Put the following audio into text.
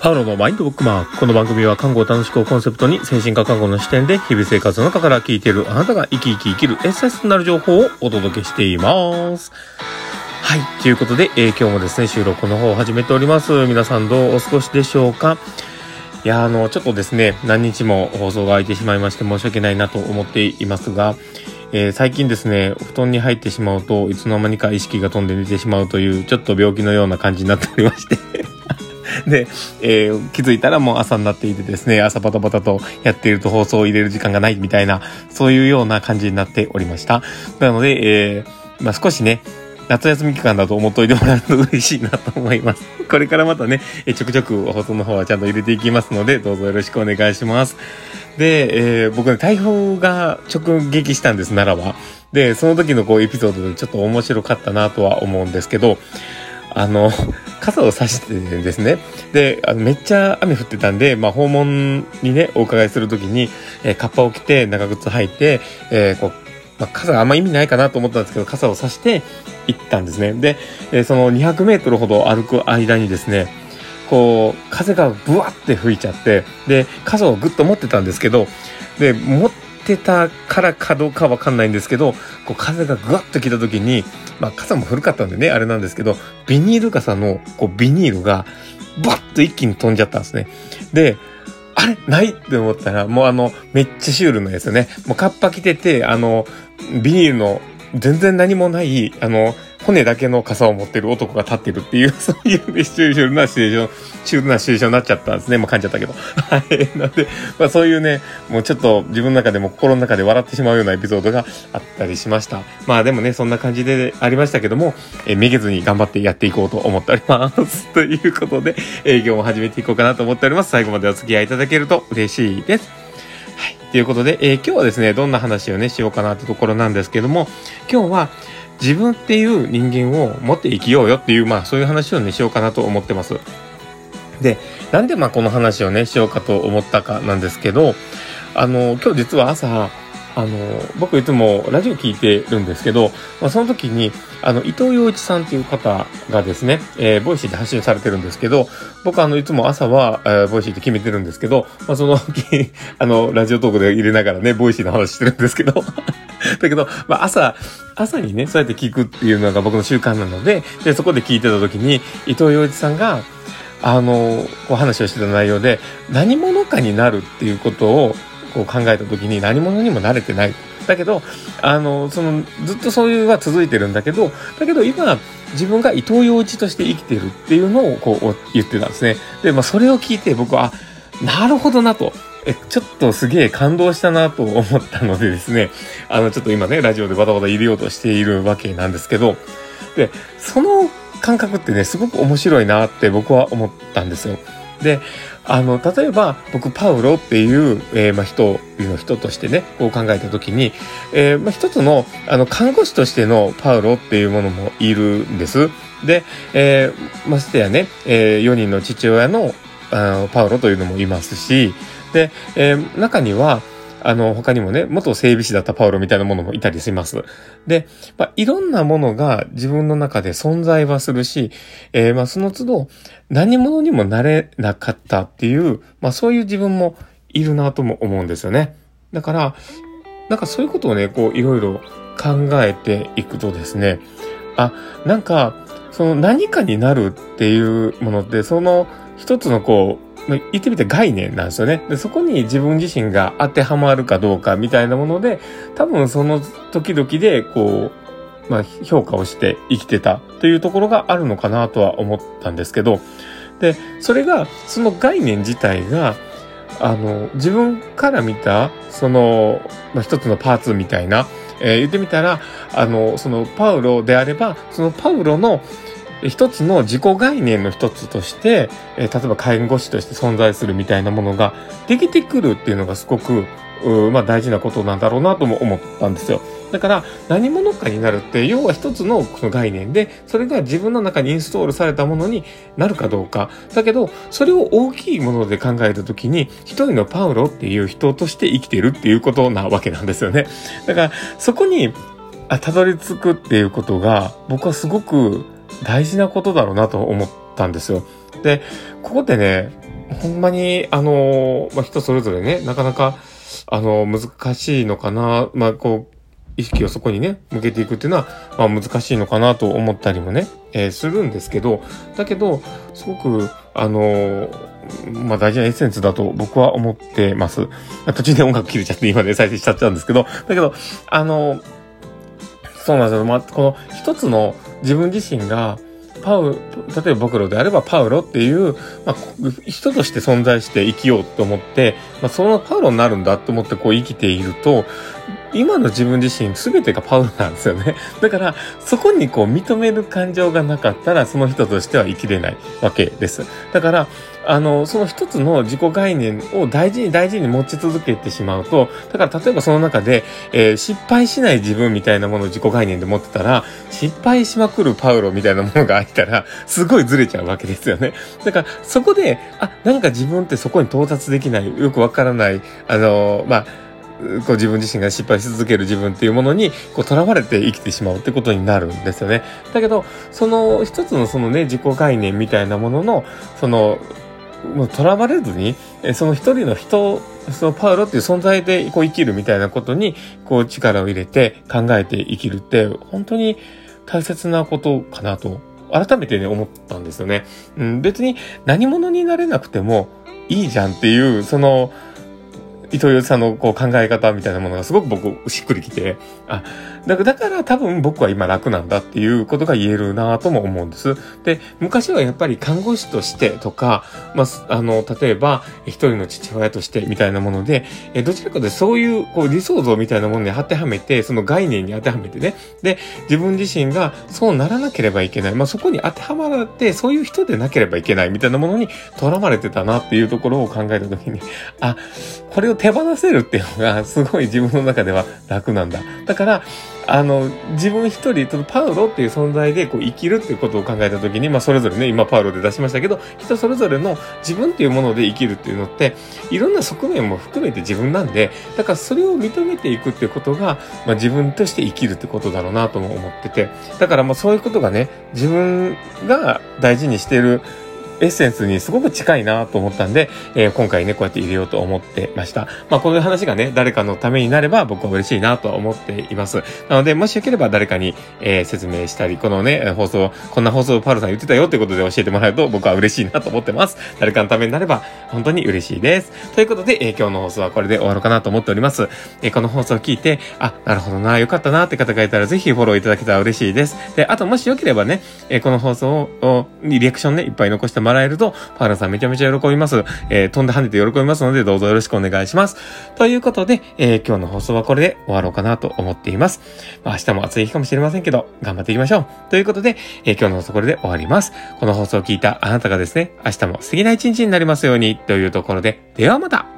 パウロのマインドブックマーク。この番組は看護を楽しくをコンセプトに精神科看護の視点で日々生活の中から聞いているあなたが生き生きるエッセンスとなる情報をお届けしています。はい。ということで、今日もですね、収録の方を始めております。皆さんどうお過ごしでしょうか？いや、ちょっとですね、何日も放送が空いてしまいまして申し訳ないなと思っていますが、最近ですね、布団に入ってしまうといつの間にか意識が飛んで寝てしまうというちょっと病気のような感じになっておりましてで、気づいたらもう朝になっていてですね、朝バタバタとやっていると放送を入れる時間がないみたいな、そういうような感じになっておりました。なので、少しね、夏休み期間だと思っといてもらうと嬉しいなと思います。これからまたね、ちょくちょく放送の方はちゃんと入れていきますので、どうぞよろしくお願いします。で、僕ね、台風が直撃したんです、奈良は。で、その時のエピソードでちょっと面白かったなとは思うんですけど、傘を差してですね。で、めっちゃ雨降ってたんで、訪問にね、お伺いするときに、カッパを着て、長靴履いて、傘あんま意味ないかなと思ったんですけど、傘を差して行ったんですね。で、その200メートルほど歩く間にですね、風がブワって吹いちゃって、で、傘をぐっと持ってたんですけど、で、持ってたからかどうかわかんないんですけど、風がぐわっと来た時に、傘も古かったんでね、あれなんですけど、ビニール傘の、ビニールが、バッと一気に飛んじゃったんですね。で、あれないって思ったら、もうめっちゃシュールなやつね。もうカッパ着てて、ビニールの全然何もない、骨だけの傘を持ってる男が立ってるっていう、そういうね、シュールなシチュエーションになっちゃったんですね。噛んじゃったけど。はい。なんで、そういうね、もうちょっと自分の中でも心の中で笑ってしまうようなエピソードがあったりしました。でもね、そんな感じでありましたけども、めげずに頑張ってやっていこうと思っております。ということで、今日も始めていこうかなと思っております。最後までお付き合いいただけると嬉しいです。はい。ということで、今日はですね、どんな話をね、しようかなってところなんですけども、今日は、自分っていう人間を持って生きようよっていう、そういう話をね、しようかなと思ってます。で、なんでこの話をね、しようかと思ったかなんですけど、今日実は朝、僕いつもラジオ聞いてるんですけど、その時に、伊藤洋一さんっていう方がですね、ボイシーで発信されてるんですけど、僕いつも朝は、ボイシーで決めてるんですけど、その、ラジオトークで入れながらね、ボイシーの話してるんですけど、だけど、朝にね、そうやって聞くっていうのが僕の習慣なので、そこで聞いてた時に、伊藤洋一さんが、話をしてた内容で、何者かになるっていうことを、考えた時に何者にも慣れてない。だけど、ずっとそういうは続いてるんだけど、今、自分が伊藤洋一として生きてるっていうのを言ってたんですね。で、それを聞いて僕は、なるほどなと。ちょっとすげえ感動したなと思ったのでですね、ちょっと今ね、ラジオでバタバタ入れようとしているわけなんですけど、で、その感覚ってね、すごく面白いなって僕は思ったんですよ。で、例えば僕パウロっていう、人としてね、考えたときに、一つの、看護師としてのパウロっていうものもいるんです。で、ましてやね、4人の父親の、パウロというのもいますし、で、中には、他にもね、元整備士だったパウロみたいなものもいたりします。で、いろんなものが自分の中で存在はするし、その都度何者にもなれなかったっていう、そういう自分もいるなとも思うんですよね。だから、そういうことをね、いろいろ考えていくとですね、その何かになるっていうものって、その一つの言ってみて概念なんですよね。で、そこに自分自身が当てはまるかどうかみたいなもので、多分その時々で評価をして生きてたというところがあるのかなとは思ったんですけど、で、それが、その概念自体が、自分から見た、一つのパーツみたいな、言ってみたら、そのパウロであれば、そのパウロの一つの自己概念の一つとして、例えば介護士として存在するみたいなものができてくるっていうのがすごく、大事なことなんだろうなとも思ったんですよ。だから何者かになるって要は一つのその概念で、それが自分の中にインストールされたものになるかどうか。だけどそれを大きいもので考えたときに、一人のパウロっていう人として生きてるっていうことなわけなんですよね。だからそこにたどり着くっていうことが僕はすごく大事なことだろうなと思ったんですよ。で、ここでね、 ほんまに、人それぞれね、なかなか、難しいのかな。意識をそこにね、向けていくっていうのは、難しいのかなと思ったりもね、するんですけど、だけど、すごく、大事なエッセンスだと僕は思ってます。途中で音楽切れちゃって今で再生しちゃったんですけど、だけど、そうなんですよ。この一つの自分自身が、例えば僕らであればパウロっていう、人として存在して生きようと思って、そのパウロになるんだと思って生きていると、今の自分自身全てがパウロなんですよね。だから、そこに認める感情がなかったら、その人としては生きれないわけです。だから、その一つの自己概念を大事に持ち続けてしまうと、だから例えばその中で、失敗しない自分みたいなものを自己概念で持ってたら、失敗しまくるパウロみたいなものがあったら、すごいずれちゃうわけですよね。だから、そこで、なんか自分ってそこに到達できない、よくわからない、自分自身が失敗し続ける自分っていうものに、囚われて生きてしまうってことになるんですよね。だけど、その一つの自己概念みたいなものの、もう囚われずに、その一人の人、そのパウロっていう存在で生きるみたいなことに、力を入れて考えて生きるって、本当に大切なことかなと、改めてね、思ったんですよね。別に何者になれなくてもいいじゃんっていう、伊藤洋一さんの考え方みたいなものがすごく僕しっくりきて、だから多分僕は今楽なんだっていうことが言えるなとも思うんです。で、昔はやっぱり看護師としてとか、例えば一人の父親としてみたいなもので、どちらかでそういう理想像みたいなものに当てはめて、その概念に当てはめてね、で、自分自身がそうならなければいけない、そこに当てはまって、そういう人でなければいけないみたいなものにとらわれてたなっていうところを考えたときに、これを手放せるっていうのがすごい自分の中では楽なんだ。だから、自分一人、パウロっていう存在で生きるっていうことを考えたときに、それぞれね、今パウロで出しましたけど、人それぞれの自分っていうもので生きるっていうのって、いろんな側面も含めて自分なんで、だからそれを認めていくってことが、自分として生きるってことだろうなとも思ってて、だからそういうことがね、自分が大事にしているエッセンスにすごく近いなと思ったんで、今回ね、こうやって入れようと思ってました。この話がね、誰かのためになれば僕は嬉しいなと思っています。なので、もしよければ誰かに、説明したり、このね、こんな放送をパウロさん言ってたよってことで教えてもらえると僕は嬉しいなと思ってます。誰かのためになれば本当に嬉しいです。ということで、今日の放送はこれで終わろうかなと思っております。この放送を聞いて、なるほどな、よかったなって方がいたらぜひフォローいただけたら嬉しいです。で、あともしよければね、この放送にリアクションね、いっぱい残してもらえると、パウロさんめちゃめちゃ喜びます。飛んで跳ねて喜びますので、どうぞよろしくお願いします。ということで、今日の放送はこれで終わろうかなと思っています。明日も暑い日かもしれませんけど、頑張っていきましょう。ということで、今日の放送これで終わります。この放送を聞いたあなたがですね、明日も素敵な一日になりますように、というところで、ではまた。